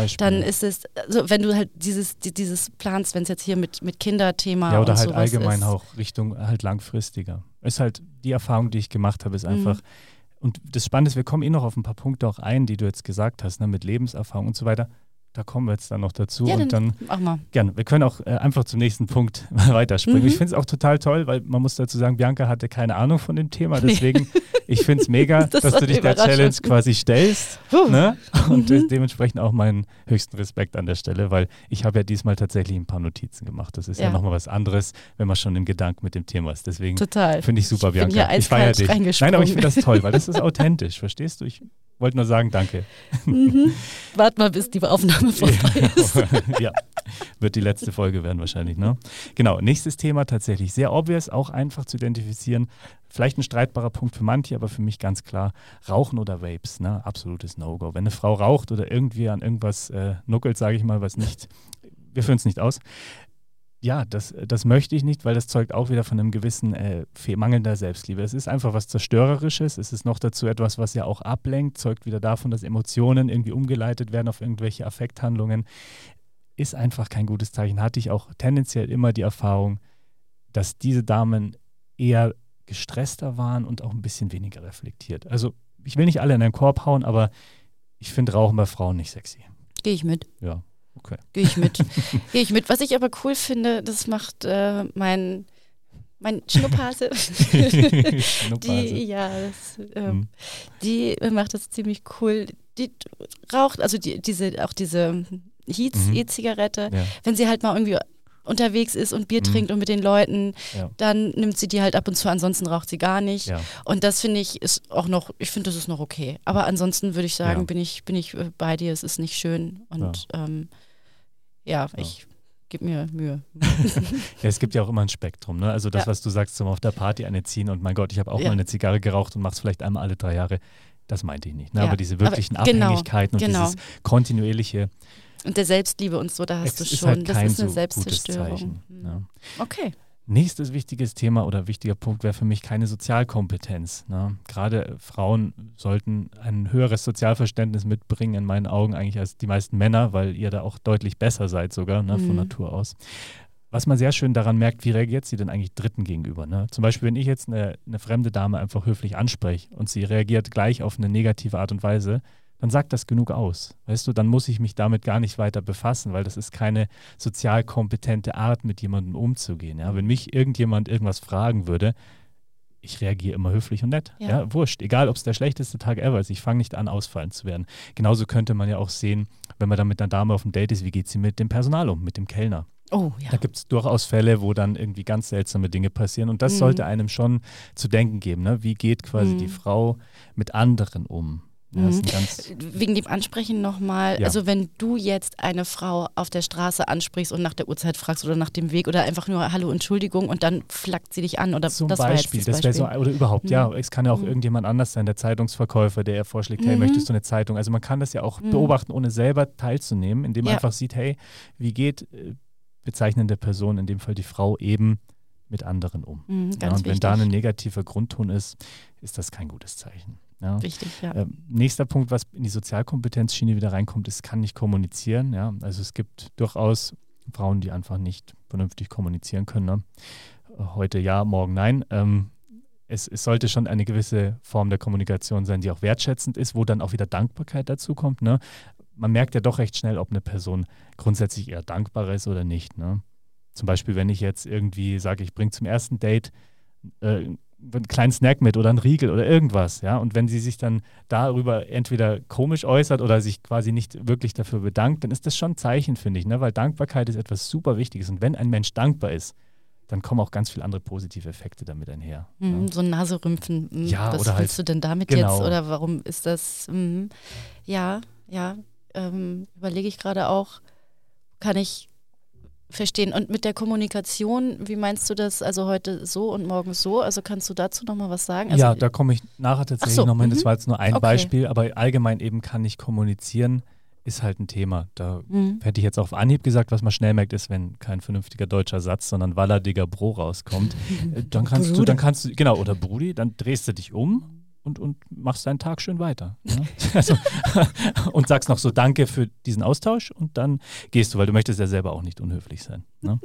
ist es, also wenn du halt dieses, die, dieses planst, wenn es jetzt hier mit, mit Kinderthema ja, oder und halt sowas allgemein ist. auch Richtung halt langfristiger. Ist halt die Erfahrung, die ich gemacht habe, ist einfach, mhm. und das Spannende ist, wir kommen eh noch auf ein paar Punkte auch ein, die du jetzt gesagt hast, ne, mit Lebenserfahrung und so weiter. Da kommen wir jetzt dann noch dazu. Ja, und dann, mach mal. Gerne. Wir können auch äh, einfach zum nächsten Punkt weiterspringen. Mhm. Ich finde es auch total toll, weil man muss dazu sagen, Bianca hatte keine Ahnung von dem Thema. Deswegen, nee. ich finde es mega, das dass du dich der Challenge quasi stellst. Ne? Und mhm. dementsprechend auch meinen höchsten Respekt an der Stelle, weil ich habe ja diesmal tatsächlich ein paar Notizen gemacht. Das ist ja, ja nochmal was anderes, wenn man schon im Gedanken mit dem Thema ist. Deswegen finde ich super, ich Bianca. Bin ja ich feiere dich. Nein, aber ich finde das toll, weil das ist authentisch. Verstehst du? Ich wollte nur sagen, danke. Mhm. Warte mal, bis die Aufnahme vorbei ist. Ja, wird die letzte Folge werden wahrscheinlich, ne? Genau, nächstes Thema tatsächlich sehr obvious, auch einfach zu identifizieren. Vielleicht ein streitbarer Punkt für manche, aber für mich ganz klar, Rauchen oder Vapes, ne? Absolutes No-Go. Wenn eine Frau raucht oder irgendwie an irgendwas äh, nuckelt, sage ich mal, was nicht, wir führen es nicht aus. Ja, das, das möchte ich nicht, weil das zeugt auch wieder von einem gewissen äh, mangelnder Selbstliebe. Es ist einfach was Zerstörerisches. Es ist noch dazu etwas, was ja auch ablenkt, zeugt wieder davon, dass Emotionen irgendwie umgeleitet werden auf irgendwelche Affekthandlungen. Ist einfach kein gutes Zeichen. Hatte ich auch tendenziell immer die Erfahrung, dass diese Damen eher gestresster waren und auch ein bisschen weniger reflektiert. Also ich will nicht alle in einen Korb hauen, aber ich finde Rauchen bei Frauen nicht sexy. Gehe ich mit. Ja. Okay. Gehe ich mit. Gehe ich mit. Was ich aber cool finde, das macht äh, mein, mein Schnupphase. die, ja, das, äh, hm. die macht das ziemlich cool. Die raucht, also die, diese, auch diese Heats, mhm. E-Zigarette, ja. wenn sie halt mal irgendwie unterwegs ist und Bier mhm. trinkt und mit den Leuten, ja. dann nimmt sie die halt ab und zu, ansonsten raucht sie gar nicht. Ja. Und das finde ich ist auch noch, ich finde, das ist noch okay. Aber ansonsten würde ich sagen, ja. bin ich, bin ich bei dir, es ist nicht schön und ja, ähm, ja, ja. ich gebe mir Mühe. Ja, es gibt ja auch immer ein Spektrum, ne? Also das, ja. was du sagst, zum auf der Party eine ziehen und mein Gott, ich habe auch ja. mal eine Zigarre geraucht und mache es vielleicht einmal alle drei Jahre, das meinte ich nicht. Ne? Ja. Aber diese wirklichen Aber, genau, Abhängigkeiten und genau. dieses kontinuierliche und der Selbstliebe und so, da hast du schon, halt das ist eine so Selbstzerstörung. Mhm. Ja. Okay. Nächstes wichtiges Thema oder wichtiger Punkt wäre für mich keine Sozialkompetenz. Ne? Gerade Frauen sollten ein höheres Sozialverständnis mitbringen, in meinen Augen eigentlich als die meisten Männer, weil ihr da auch deutlich besser seid sogar, ne, von mhm. Natur aus. Was man sehr schön daran merkt, wie reagiert sie denn eigentlich Dritten gegenüber? Ne? Zum Beispiel, wenn ich jetzt eine, eine fremde Dame einfach höflich anspreche und sie reagiert gleich auf eine negative Art und Weise, dann sagt das genug aus. Weißt du, dann muss ich mich damit gar nicht weiter befassen, weil das ist keine sozial kompetente Art, mit jemandem umzugehen. Ja? Wenn mich irgendjemand irgendwas fragen würde, ich reagiere immer höflich und nett. Ja. Ja, wurscht, egal ob es der schlechteste Tag ever ist, ich fange nicht an, ausfallend zu werden. Genauso könnte man ja auch sehen, wenn man dann mit einer Dame auf dem Date ist, wie geht sie mit dem Personal um, mit dem Kellner. Oh, ja. Da gibt es durchaus Fälle, wo dann irgendwie ganz seltsame Dinge passieren und das mhm. sollte einem schon zu denken geben. Ne? Wie geht quasi mhm. die Frau mit anderen um? Ja, mhm. ganz Wegen dem Ansprechen nochmal, ja. also wenn du jetzt eine Frau auf der Straße ansprichst und nach der Uhrzeit fragst oder nach dem Weg oder einfach nur Hallo, Entschuldigung und dann flackt sie dich an oder Zum das Beispiel, war jetzt das das Beispiel. So, oder überhaupt, mhm. ja, es kann ja auch mhm. irgendjemand anders sein, der Zeitungsverkäufer, der vorschlägt, hey, mhm. möchtest du eine Zeitung? Also man kann das ja auch mhm. beobachten, ohne selber teilzunehmen, indem man ja. einfach sieht, hey, wie geht äh, bezeichnende Person, in dem Fall die Frau, eben mit anderen um. Mhm, ja, und wenn wichtig. da ein negativer Grundton ist, ist das kein gutes Zeichen. Ja. Wichtig, ja. Ähm, nächster Punkt, was in die Sozialkompetenzschiene wieder reinkommt, ist, kann nicht kommunizieren. Ja. Also es gibt durchaus Frauen, die einfach nicht vernünftig kommunizieren können. Ne? Heute ja, morgen nein. Ähm, es, es sollte schon eine gewisse Form der Kommunikation sein, die auch wertschätzend ist, wo dann auch wieder Dankbarkeit dazu kommt. Ne? Man merkt ja doch recht schnell, ob eine Person grundsätzlich eher dankbar ist oder nicht. Ne? Zum Beispiel, wenn ich jetzt irgendwie sage, ich bringe zum ersten Date äh, einen kleinen Snack mit oder einen Riegel oder irgendwas, ja, und wenn sie sich dann darüber entweder komisch äußert oder sich quasi nicht wirklich dafür bedankt, dann ist das schon ein Zeichen, finde ich, ne? Weil Dankbarkeit ist etwas super Wichtiges und wenn ein Mensch dankbar ist, dann kommen auch ganz viele andere positive Effekte damit einher. Mhm, ja. So ein Naserümpfen, mhm. ja, was oder willst halt, du denn damit genau. jetzt oder warum ist das, mhm. ja, ja, ähm, überlege ich gerade auch, kann ich verstehen. Und mit der Kommunikation, wie meinst du das? Also heute so und morgen so? Also kannst du dazu nochmal was sagen? Also ja, da komme ich nachher tatsächlich so, nochmal hin. Das mhm. war jetzt nur ein okay. Beispiel, aber allgemein eben kann ich kommunizieren, ist halt ein Thema. Da mhm. hätte ich jetzt auf Anhieb gesagt, was man schnell merkt, ist, wenn kein vernünftiger deutscher Satz, sondern Walla Digga Bro rauskommt. dann kannst du, dann kannst du, genau, oder Brudi, dann drehst du dich um und, und machst deinen Tag schön weiter. Ne? Also, und sagst noch so Danke für diesen Austausch und dann gehst du, weil du möchtest ja selber auch nicht unhöflich sein. Ne?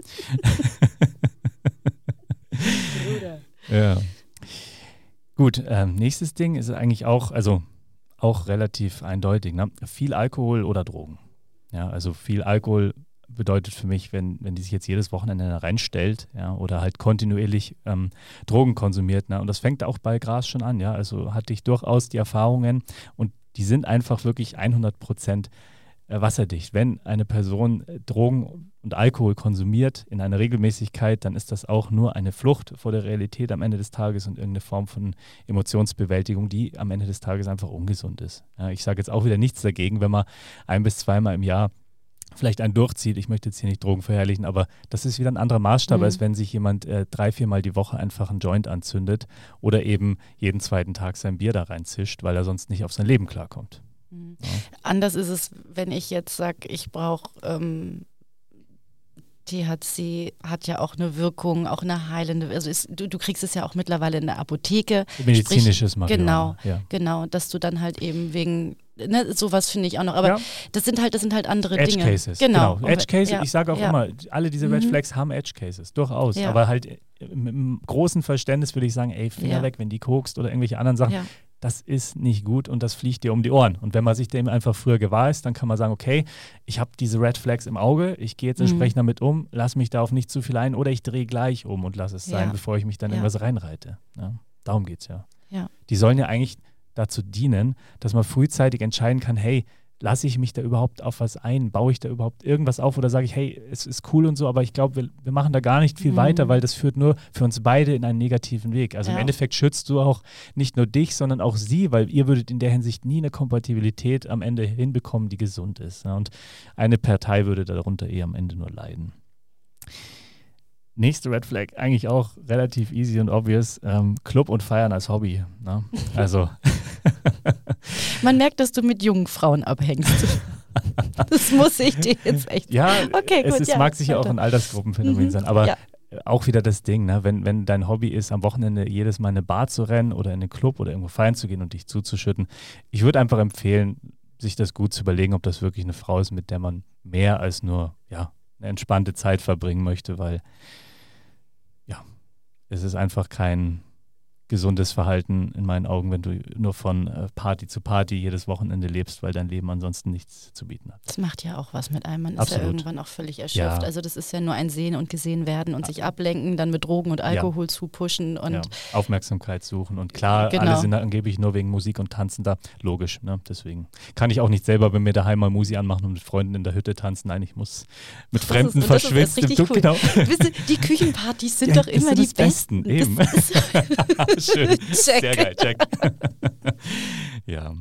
Bruder. Ja. Gut, ähm, nächstes Ding ist eigentlich auch, also auch relativ eindeutig, ne? Viel Alkohol oder Drogen. Ja, also viel Alkohol bedeutet für mich, wenn, wenn die sich jetzt jedes Wochenende da reinstellt, ja, oder halt kontinuierlich ähm, Drogen konsumiert, ne? Und das fängt auch bei Gras schon an, ja, also hatte ich durchaus die Erfahrungen und die sind einfach wirklich hundert Prozent äh, wasserdicht. Wenn eine Person äh, Drogen und Alkohol konsumiert in einer Regelmäßigkeit, dann ist das auch nur eine Flucht vor der Realität am Ende des Tages und irgendeine Form von Emotionsbewältigung, die am Ende des Tages einfach ungesund ist. Ja, ich sage jetzt auch wieder nichts dagegen, wenn man ein- bis zweimal im Jahr vielleicht einen durchzieht. Ich möchte jetzt hier nicht Drogen verherrlichen, aber das ist wieder ein anderer Maßstab, mhm. als wenn sich jemand äh, drei, viermal die Woche einfach einen Joint anzündet oder eben jeden zweiten Tag sein Bier da reinzischt, weil er sonst nicht auf sein Leben klarkommt. Mhm. Ja. Anders ist es, wenn ich jetzt sage, ich brauche ähm, T H C hat ja auch eine Wirkung, auch eine heilende, also ist, du, du kriegst es ja auch mittlerweile in der Apotheke. Medizinisches Marihuana. Genau, ja. genau, dass du dann halt eben wegen, ne, sowas finde ich auch noch, aber ja. das sind halt, das sind halt andere Edge Dinge. Cases. Genau. genau. Edge Cases, ja. ich sage auch ja. immer, alle diese Red mhm. Flags haben Edge Cases, durchaus, ja. aber halt mit einem großen Verständnis würde ich sagen, ey, Finger ja. weg, wenn die kokst oder irgendwelche anderen Sachen. Ja. Das ist nicht gut und das fliegt dir um die Ohren. Und wenn man sich dem einfach früher gewahr ist, dann kann man sagen, okay, ich habe diese Red Flags im Auge, ich gehe jetzt entsprechend mhm. damit um, lass mich da auf nicht zu viel ein oder ich drehe gleich um und lass es sein, ja. bevor ich mich dann ja. irgendwas reinreite. Ja, darum geht es ja. ja. Die sollen ja eigentlich dazu dienen, dass man frühzeitig entscheiden kann, hey, lasse ich mich da überhaupt auf was ein? Baue ich da überhaupt irgendwas auf oder sage ich, hey, es ist cool und so, aber ich glaube, wir, wir machen da gar nicht viel mhm. weiter, weil das führt nur für uns beide in einen negativen Weg. Also ja. im Endeffekt schützt du auch nicht nur dich, sondern auch sie, weil ihr würdet in der Hinsicht nie eine Kompatibilität am Ende hinbekommen, die gesund ist. Ja? Und eine Partei würde darunter eher am Ende nur leiden. Nächste Red Flag, eigentlich auch relativ easy und obvious, ähm, Club und Feiern als Hobby. Ne? Also man merkt, dass du mit jungen Frauen abhängst. Das muss ich dir jetzt echt. Ja, okay, es gut, ist, ja, mag sicher weiter. auch ein Altersgruppenphänomen mhm. sein, aber ja. auch wieder das Ding, ne? wenn, wenn dein Hobby ist, am Wochenende jedes Mal in eine Bar zu rennen oder in einen Club oder irgendwo feiern zu gehen und dich zuzuschütten. Ich würde einfach empfehlen, sich das gut zu überlegen, ob das wirklich eine Frau ist, mit der man mehr als nur ja, eine entspannte Zeit verbringen möchte, weil ja, es ist einfach kein gesundes Verhalten in meinen Augen, wenn du nur von Party zu Party jedes Wochenende lebst, weil dein Leben ansonsten nichts zu bieten hat. Das macht ja auch was mit einem. Man Absolut. ist ja irgendwann auch völlig erschöpft. Ja. Also das ist ja nur ein Sehen und Gesehen werden und sich ablenken, dann mit Drogen und Alkohol ja. zupushen und ja. Aufmerksamkeit suchen. Und klar, genau. alle sind angeblich nur wegen Musik und Tanzen da. Logisch, ne? Deswegen kann ich auch nicht selber bei mir daheim mal Musik anmachen und mit Freunden in der Hütte tanzen. Nein, ich muss mit das Fremden ist, verschwitzt im Duck. Cool. Genau. Wisst ihr, die Küchenpartys sind ja, doch immer sind die das besten. besten. Eben. Schön. Check. Sehr geil, check. ja.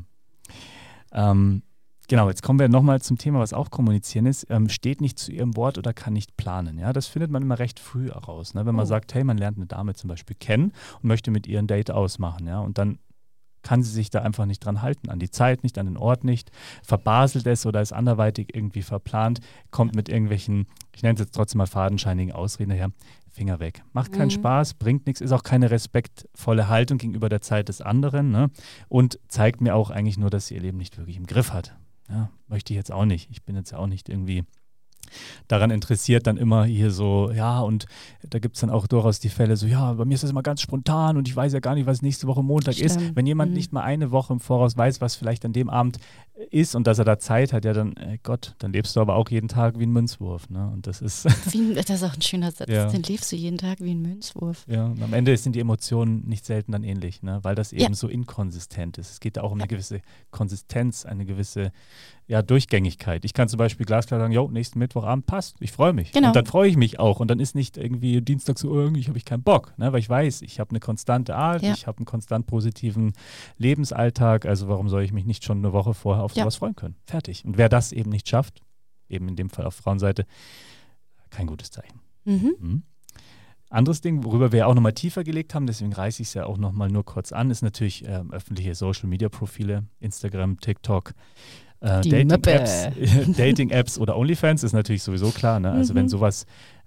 Ähm, genau, jetzt kommen wir nochmal zum Thema, was auch kommunizieren ist. Ähm, steht nicht zu ihrem Wort oder kann nicht planen. Ja, das findet man immer recht früh heraus. Ne? Wenn man oh. sagt, hey, man lernt eine Dame zum Beispiel kennen und möchte mit ihr ein Date ausmachen. Ja, und dann kann sie sich da einfach nicht dran halten, an die Zeit nicht, an den Ort nicht, verbaselt es oder ist anderweitig irgendwie verplant, kommt mit irgendwelchen, ich nenne es jetzt trotzdem mal fadenscheinigen Ausreden daher, Finger weg. Macht keinen mhm. Spaß, bringt nichts, ist auch keine respektvolle Haltung gegenüber der Zeit des anderen, ne? Und zeigt mir auch eigentlich nur, dass sie ihr Leben nicht wirklich im Griff hat. Ja, möchte ich jetzt auch nicht. Ich bin jetzt ja auch nicht irgendwie daran interessiert, dann immer hier so, ja, und da gibt es dann auch durchaus die Fälle so, ja, bei mir ist das immer ganz spontan und ich weiß ja gar nicht, was nächste Woche Montag Stimmt. ist. Wenn jemand mhm. nicht mal eine Woche im Voraus weiß, was vielleicht an dem Abend ist und dass er da Zeit hat, ja, dann, ey Gott, dann lebst du aber auch jeden Tag wie ein Münzwurf, ne? Und das ist... Wie, das ist auch ein schöner Satz, ja. dann lebst du jeden Tag wie ein Münzwurf. Ja, und am Ende sind die Emotionen nicht selten dann ähnlich, ne? Weil das eben ja. so inkonsistent ist. Es geht da auch um ja. eine gewisse Konsistenz, eine gewisse ja, Durchgängigkeit. Ich kann zum Beispiel glasklar sagen, jo, nächsten Mittwochabend passt, ich freue mich. Genau. Und dann freue ich mich auch. Und dann ist nicht irgendwie Dienstag so, irgendwie habe ich keinen Bock, ne? Weil ich weiß, ich habe eine konstante Art, ja. ich habe einen konstant positiven Lebensalltag, also warum soll ich mich nicht schon eine Woche vorher auf ja. sowas freuen können? Fertig. Und wer das eben nicht schafft, eben in dem Fall auf Frauenseite, kein gutes Zeichen. Mhm. Mhm. Anderes Ding, worüber wir auch nochmal tiefer gelegt haben, deswegen reiße ich es ja auch nochmal nur kurz an, ist natürlich ähm, öffentliche Social-Media-Profile, Instagram, TikTok, äh, Dating-Apps Dating-Apps oder OnlyFans ist natürlich sowieso klar. Ne? Also mhm. wenn sowas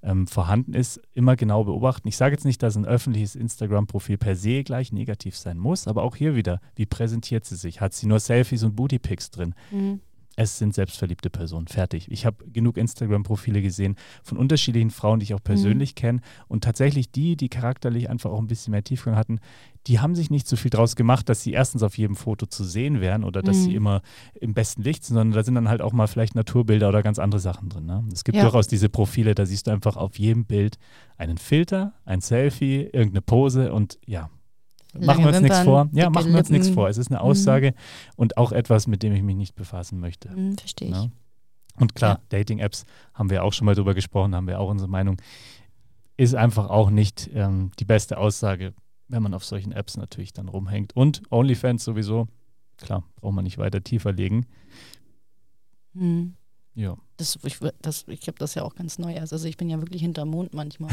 ähm, vorhanden ist, immer genau beobachten. Ich sage jetzt nicht, dass ein öffentliches Instagram-Profil per se gleich negativ sein muss, aber auch hier wieder, wie präsentiert sie sich? Hat sie nur Selfies und Booty-Pics drin? Mhm. Es sind selbstverliebte Personen, fertig. Ich habe genug Instagram-Profile gesehen von unterschiedlichen Frauen, die ich auch persönlich mhm. kenne. Und tatsächlich die, die charakterlich einfach auch ein bisschen mehr Tiefgang hatten, die haben sich nicht so viel draus gemacht, dass sie erstens auf jedem Foto zu sehen wären oder dass mhm. sie immer im besten Licht sind, sondern da sind dann halt auch mal vielleicht Naturbilder oder ganz andere Sachen drin. Ne? Es gibt ja. durchaus diese Profile, da siehst du einfach auf jedem Bild einen Filter, ein Selfie, irgendeine Pose und ja, Lange machen wir uns nichts vor. Ja, machen wir uns nichts vor. Es ist eine Aussage mhm. und auch etwas, mit dem ich mich nicht befassen möchte. Mhm, verstehe ich. Ja? Und klar, ja. Dating-Apps, haben wir auch schon mal drüber gesprochen, haben wir auch unsere Meinung, ist einfach auch nicht ähm, die beste Aussage, wenn man auf solchen Apps natürlich dann rumhängt. Und OnlyFans sowieso, klar, braucht man nicht weiter tiefer legen. Mhm. Ja. Das, ich das, ich habe das ja auch ganz neu. Also ich bin ja wirklich hinterm Mond manchmal.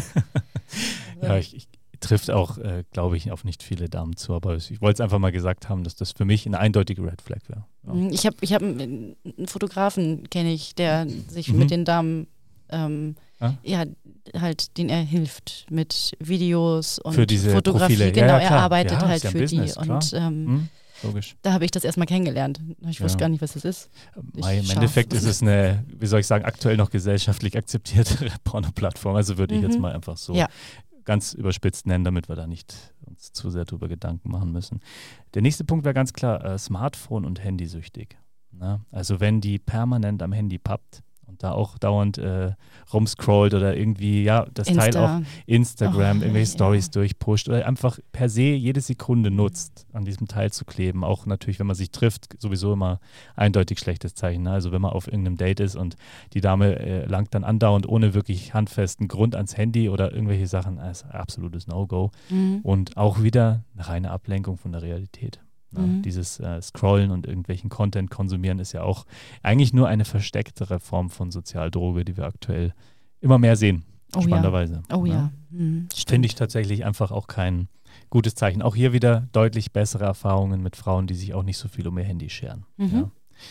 ja, ich, ich trifft auch, äh, glaube ich, auf nicht viele Damen zu, aber ich wollte es einfach mal gesagt haben, dass das für mich eine eindeutige Red Flag wäre. Ja. Ich habe ich hab einen Fotografen, kenne ich, der sich mhm. mit den Damen ähm, ah? ja, halt, den er hilft mit Videos und für diese Fotografie. Profile. Genau, ja, ja, er arbeitet ja, halt ja für Business, die. Und ähm, mhm. Logisch. Da habe ich das erstmal kennengelernt. Ich wusste ja. gar nicht, was das ist. Ich Im scharf. Endeffekt ist es eine, wie soll ich sagen, aktuell noch gesellschaftlich akzeptierte Porno-Plattform. Also würde ich mhm. jetzt mal einfach so ja. ganz überspitzt nennen, damit wir da nicht uns zu sehr drüber Gedanken machen müssen. Der nächste Punkt wäre ganz klar, äh, Smartphone und Handysüchtig. Ne? Also wenn die permanent am Handy pappt und da auch dauernd äh, rumscrollt oder irgendwie, ja, das Insta. Teil auch Instagram, oh, irgendwelche ja. Stories durchpusht oder einfach per se jede Sekunde nutzt, an diesem Teil zu kleben. Auch natürlich, wenn man sich trifft, sowieso immer eindeutig schlechtes Zeichen. Ne? Also wenn man auf irgendeinem Date ist und die Dame äh, langt dann andauernd ohne wirklich handfesten Grund ans Handy oder irgendwelche Sachen, das ist ein absolutes No-Go. Mhm. Und auch wieder eine reine Ablenkung von der Realität. Ja, mhm. Dieses äh, Scrollen und irgendwelchen Content konsumieren ist ja auch eigentlich nur eine verstecktere Form von Sozialdroge, die wir aktuell immer mehr sehen, oh spannenderweise. Ja. Oh ja, ja. Mhm, finde ich tatsächlich einfach auch kein gutes Zeichen. Auch hier wieder deutlich bessere Erfahrungen mit Frauen, die sich auch nicht so viel um ihr Handy scheren. Mhm. Ja.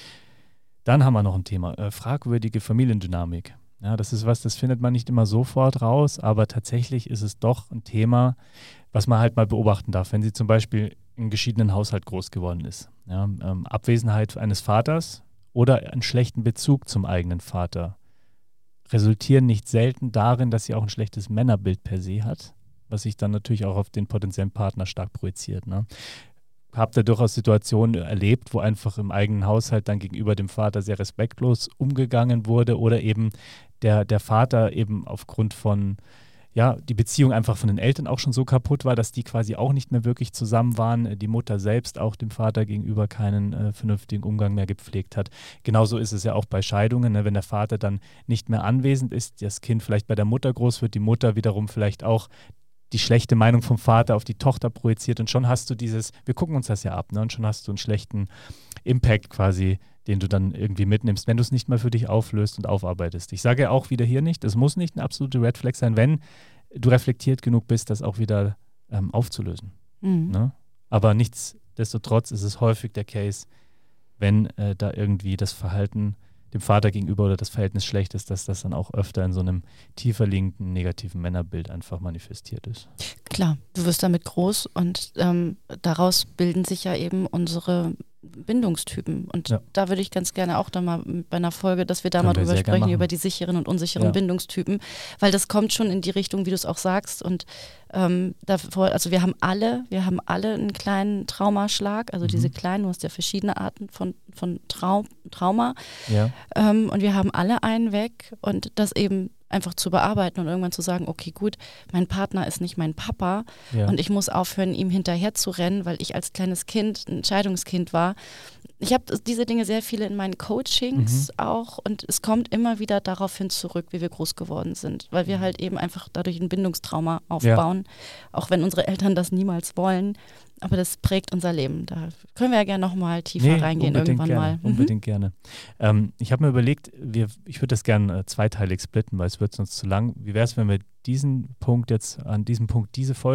Dann haben wir noch ein Thema, äh, fragwürdige Familiendynamik. Ja, das ist was, das findet man nicht immer sofort raus, aber tatsächlich ist es doch ein Thema, was man halt mal beobachten darf. Wenn sie zum Beispiel in einem geschiedenen Haushalt groß geworden ist. Ja, ähm, Abwesenheit eines Vaters oder einen schlechten Bezug zum eigenen Vater resultieren nicht selten darin, dass sie auch ein schlechtes Männerbild per se hat, was sich dann natürlich auch auf den potenziellen Partner stark projiziert. Ne? Habt ihr durchaus Situationen erlebt, wo einfach im eigenen Haushalt dann gegenüber dem Vater sehr respektlos umgegangen wurde oder eben der, der Vater eben aufgrund von, ja, die Beziehung einfach von den Eltern auch schon so kaputt war, dass die quasi auch nicht mehr wirklich zusammen waren, die Mutter selbst auch dem Vater gegenüber keinen äh, vernünftigen Umgang mehr gepflegt hat. Genauso ist es ja auch bei Scheidungen, ne, wenn der Vater dann nicht mehr anwesend ist, das Kind vielleicht bei der Mutter groß wird, die Mutter wiederum vielleicht auch die schlechte Meinung vom Vater auf die Tochter projiziert und schon hast du dieses, wir gucken uns das ja ab, ne, und schon hast du einen schlechten Impact quasi, den du dann irgendwie mitnimmst, wenn du es nicht mal für dich auflöst und aufarbeitest. Ich sage ja auch wieder hier nicht, es muss nicht eine absolute Red Flag sein, wenn du reflektiert genug bist, das auch wieder ähm, aufzulösen. Mhm. Ne? Aber nichtsdestotrotz ist es häufig der Case, wenn äh, da irgendwie das Verhalten dem Vater gegenüber oder das Verhältnis schlecht ist, dass das dann auch öfter in so einem tiefer liegenden negativen Männerbild einfach manifestiert ist. Klar, du wirst damit groß und ähm, daraus bilden sich ja eben unsere Bindungstypen. Und ja. da würde ich ganz gerne auch dann mal bei einer Folge, dass wir da Können mal drüber sprechen, über die sicheren und unsicheren ja. Bindungstypen, weil das kommt schon in die Richtung, wie du es auch sagst. Und ähm, davor, also wir haben alle, wir haben alle einen kleinen Traumaschlag, also mhm. diese kleinen, du hast ja verschiedene Arten von, von Trau- Trauma. Ja. Ähm, und wir haben alle einen weg und das eben einfach zu bearbeiten und irgendwann zu sagen, okay, gut, mein Partner ist nicht mein Papa ja. und ich muss aufhören, ihm hinterher zu rennen, weil ich als kleines Kind ein Scheidungskind war. Ich habe diese Dinge sehr viele in meinen Coachings mhm. auch und es kommt immer wieder darauf hin zurück, wie wir groß geworden sind, weil wir halt eben einfach dadurch ein Bindungstrauma aufbauen, ja. auch wenn unsere Eltern das niemals wollen. Aber das prägt unser Leben. Da können wir ja gerne nochmal tiefer nee, reingehen irgendwann gerne, mal. Mhm. Unbedingt gerne. Ähm, ich habe mir überlegt, wir, ich würde das gerne äh, zweiteilig splitten, weil es wird sonst zu lang. Wie wäre es, wenn wir diesen Punkt jetzt, an diesem Punkt diese Folge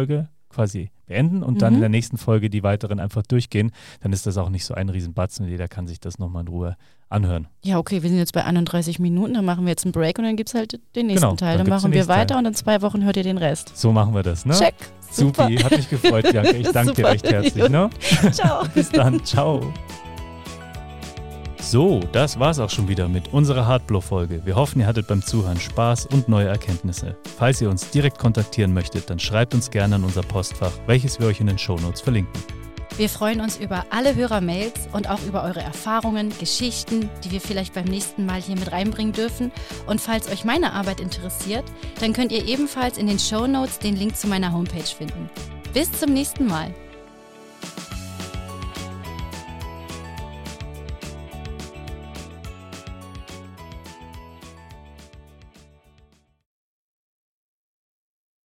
quasi beenden und mhm. dann in der nächsten Folge die weiteren einfach durchgehen. Dann ist das auch nicht so ein Riesenbatzen und jeder kann sich das nochmal in Ruhe anhören. Ja, okay, wir sind jetzt bei einunddreißig Minuten, dann machen wir jetzt einen Break und dann gibt es halt den nächsten genau, Teil. Dann, dann machen wir weiter Teil. und in zwei Wochen hört ihr den Rest. So machen wir das, ne? Check. Super. Supi, hat mich gefreut, Bianca. Ich danke dir recht herzlich. Ne? Ciao. Bis dann, ciao. So, das war's auch schon wieder mit unserer Hardblow-Folge. Wir hoffen, ihr hattet beim Zuhören Spaß und neue Erkenntnisse. Falls ihr uns direkt kontaktieren möchtet, dann schreibt uns gerne an unser Postfach, welches wir euch in den Shownotes verlinken. Wir freuen uns über alle Hörermails und auch über eure Erfahrungen, Geschichten, die wir vielleicht beim nächsten Mal hier mit reinbringen dürfen. Und falls euch meine Arbeit interessiert, dann könnt ihr ebenfalls in den Shownotes den Link zu meiner Homepage finden. Bis zum nächsten Mal.